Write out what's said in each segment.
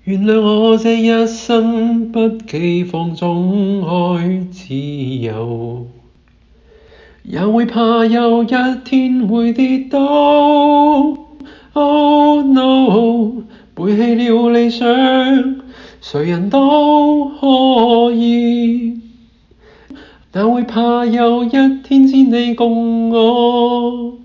原諒我這一生不羈放縱愛自由，也會怕有一天會跌倒。Oh no， 背棄了理想，誰人都可以，但會怕有一天只你共我。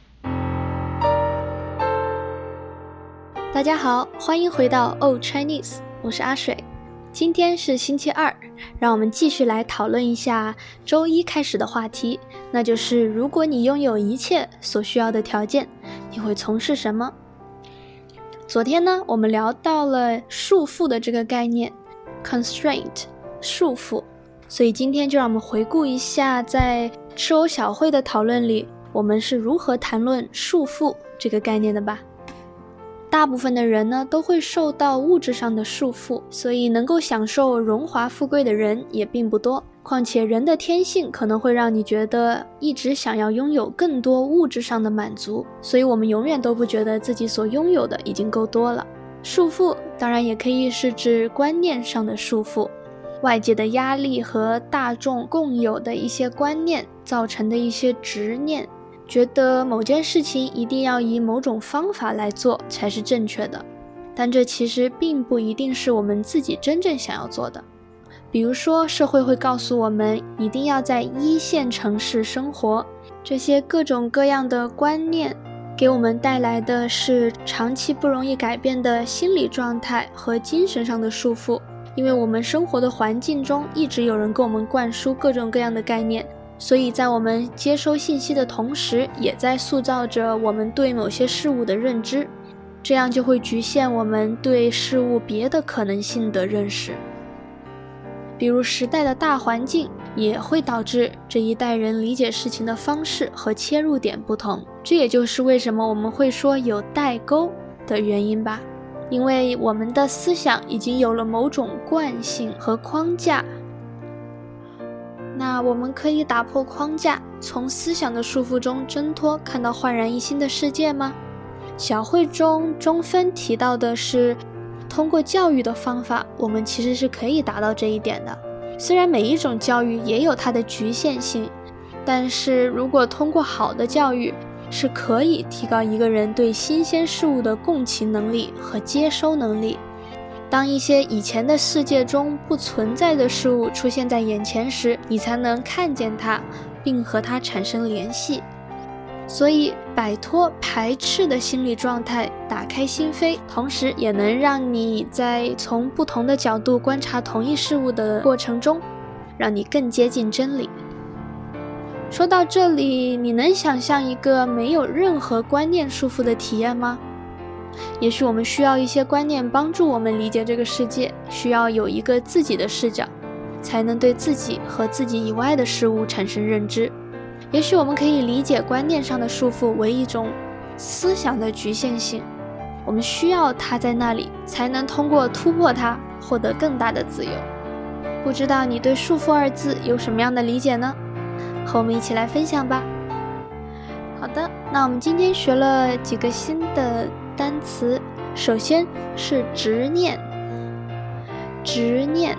大家好，欢迎回到 Oh Chinese， 我是阿水。今天是星期二，让我们继续来讨论一下周一开始的话题，那就是如果你拥有一切所需要的条件，你会从事什么？昨天呢，我们聊到了束缚的这个概念 constraint， 束缚，所以今天就让我们回顾一下在吃藕小会的讨论里，我们是如何谈论束缚这个概念的吧。大部分的人呢都会受到物质上的束缚，所以能够享受荣华富贵的人也并不多。况且人的天性可能会让你觉得一直想要拥有更多物质上的满足，所以我们永远都不觉得自己所拥有的已经够多了。束缚当然也可以是指观念上的束缚，外界的压力和大众共有的一些观念造成的一些执念，觉得某件事情一定要以某种方法来做才是正确的，但这其实并不一定是我们自己真正想要做的。比如说，社会会告诉我们一定要在一线城市生活，这些各种各样的观念给我们带来的是长期不容易改变的心理状态和精神上的束缚，因为我们生活的环境中一直有人给我们灌输各种各样的概念，所以在我们接收信息的同时，也在塑造着我们对某些事物的认知，这样就会局限我们对事物别的可能性的认识。比如时代的大环境也会导致这一代人理解事情的方式和切入点不同，这也就是为什么我们会说有代沟的原因吧。因为我们的思想已经有了某种惯性和框架，那我们可以打破框架，从思想的束缚中挣脱，看到焕然一新的世界吗？小会中中分提到的是，通过教育的方法，我们其实是可以达到这一点的。虽然每一种教育也有它的局限性，但是如果通过好的教育，是可以提高一个人对新鲜事物的共情能力和接收能力。当一些以前的世界中不存在的事物出现在眼前时，你才能看见它，并和它产生联系。所以摆脱排斥的心理状态，打开心扉，同时也能让你在从不同的角度观察同一事物的过程中，让你更接近真理。说到这里，你能想象一个没有任何观念束缚的体验吗？也许我们需要一些观念帮助我们理解这个世界，需要有一个自己的视角，才能对自己和自己以外的事物产生认知。也许我们可以理解观念上的束缚为一种思想的局限性，我们需要它在那里，才能通过突破它获得更大的自由。不知道你对束缚二字有什么样的理解呢？和我们一起来分享吧。好的，那我们今天学了几个新的单词，首先是执念，执念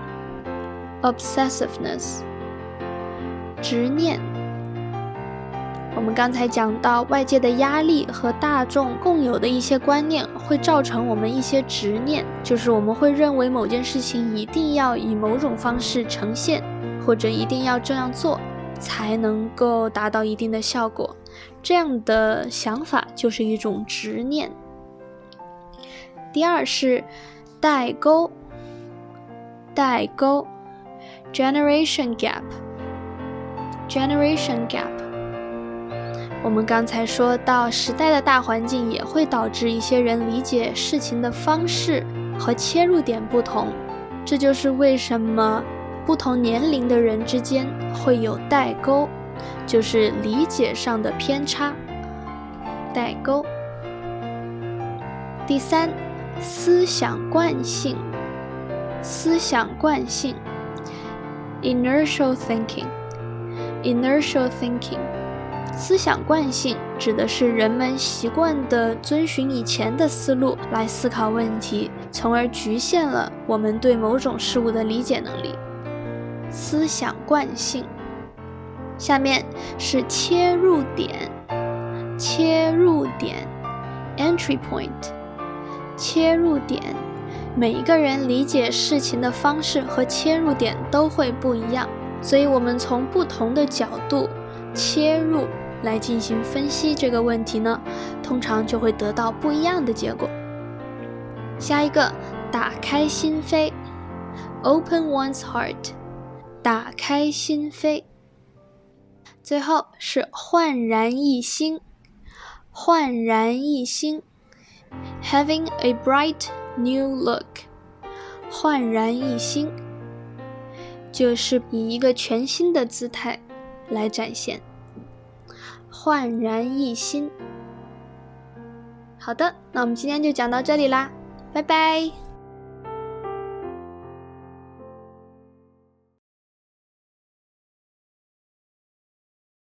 obsessiveness， 执念。我们刚才讲到外界的压力和大众共有的一些观念会造成我们一些执念，就是我们会认为某件事情一定要以某种方式呈现，或者一定要这样做才能够达到一定的效果，这样的想法就是一种执念。第二是代沟，代沟 generation gap， generation gap。 我们刚才说到时代的大环境也会导致一些人理解事情的方式和切入点不同，这就是为什么不同年龄的人之间会有代沟，就是理解上的偏差，代沟。第三，思想惯性，思想惯性 inertial thinking， inertial thinking。 思想惯性指的是人们习惯地遵循以前的思路来思考问题， 从而局限了我们对某种事物的理解能力。思想惯性。下面是切入点，切入点 entry point。 切入点，每一个人理解事情的方式和切入点都会不一样，所以我们从不同的角度切入来进行分析这个问题呢，通常就会得到不一样的结果。下一个，打开心扉 open one's heart， 打开心扉。最后是焕然一新，焕然一新 having a bright new look。 焕然一新就是以一个全新的姿态来展现，焕然一新。好的，那我们今天就讲到这里啦，拜拜。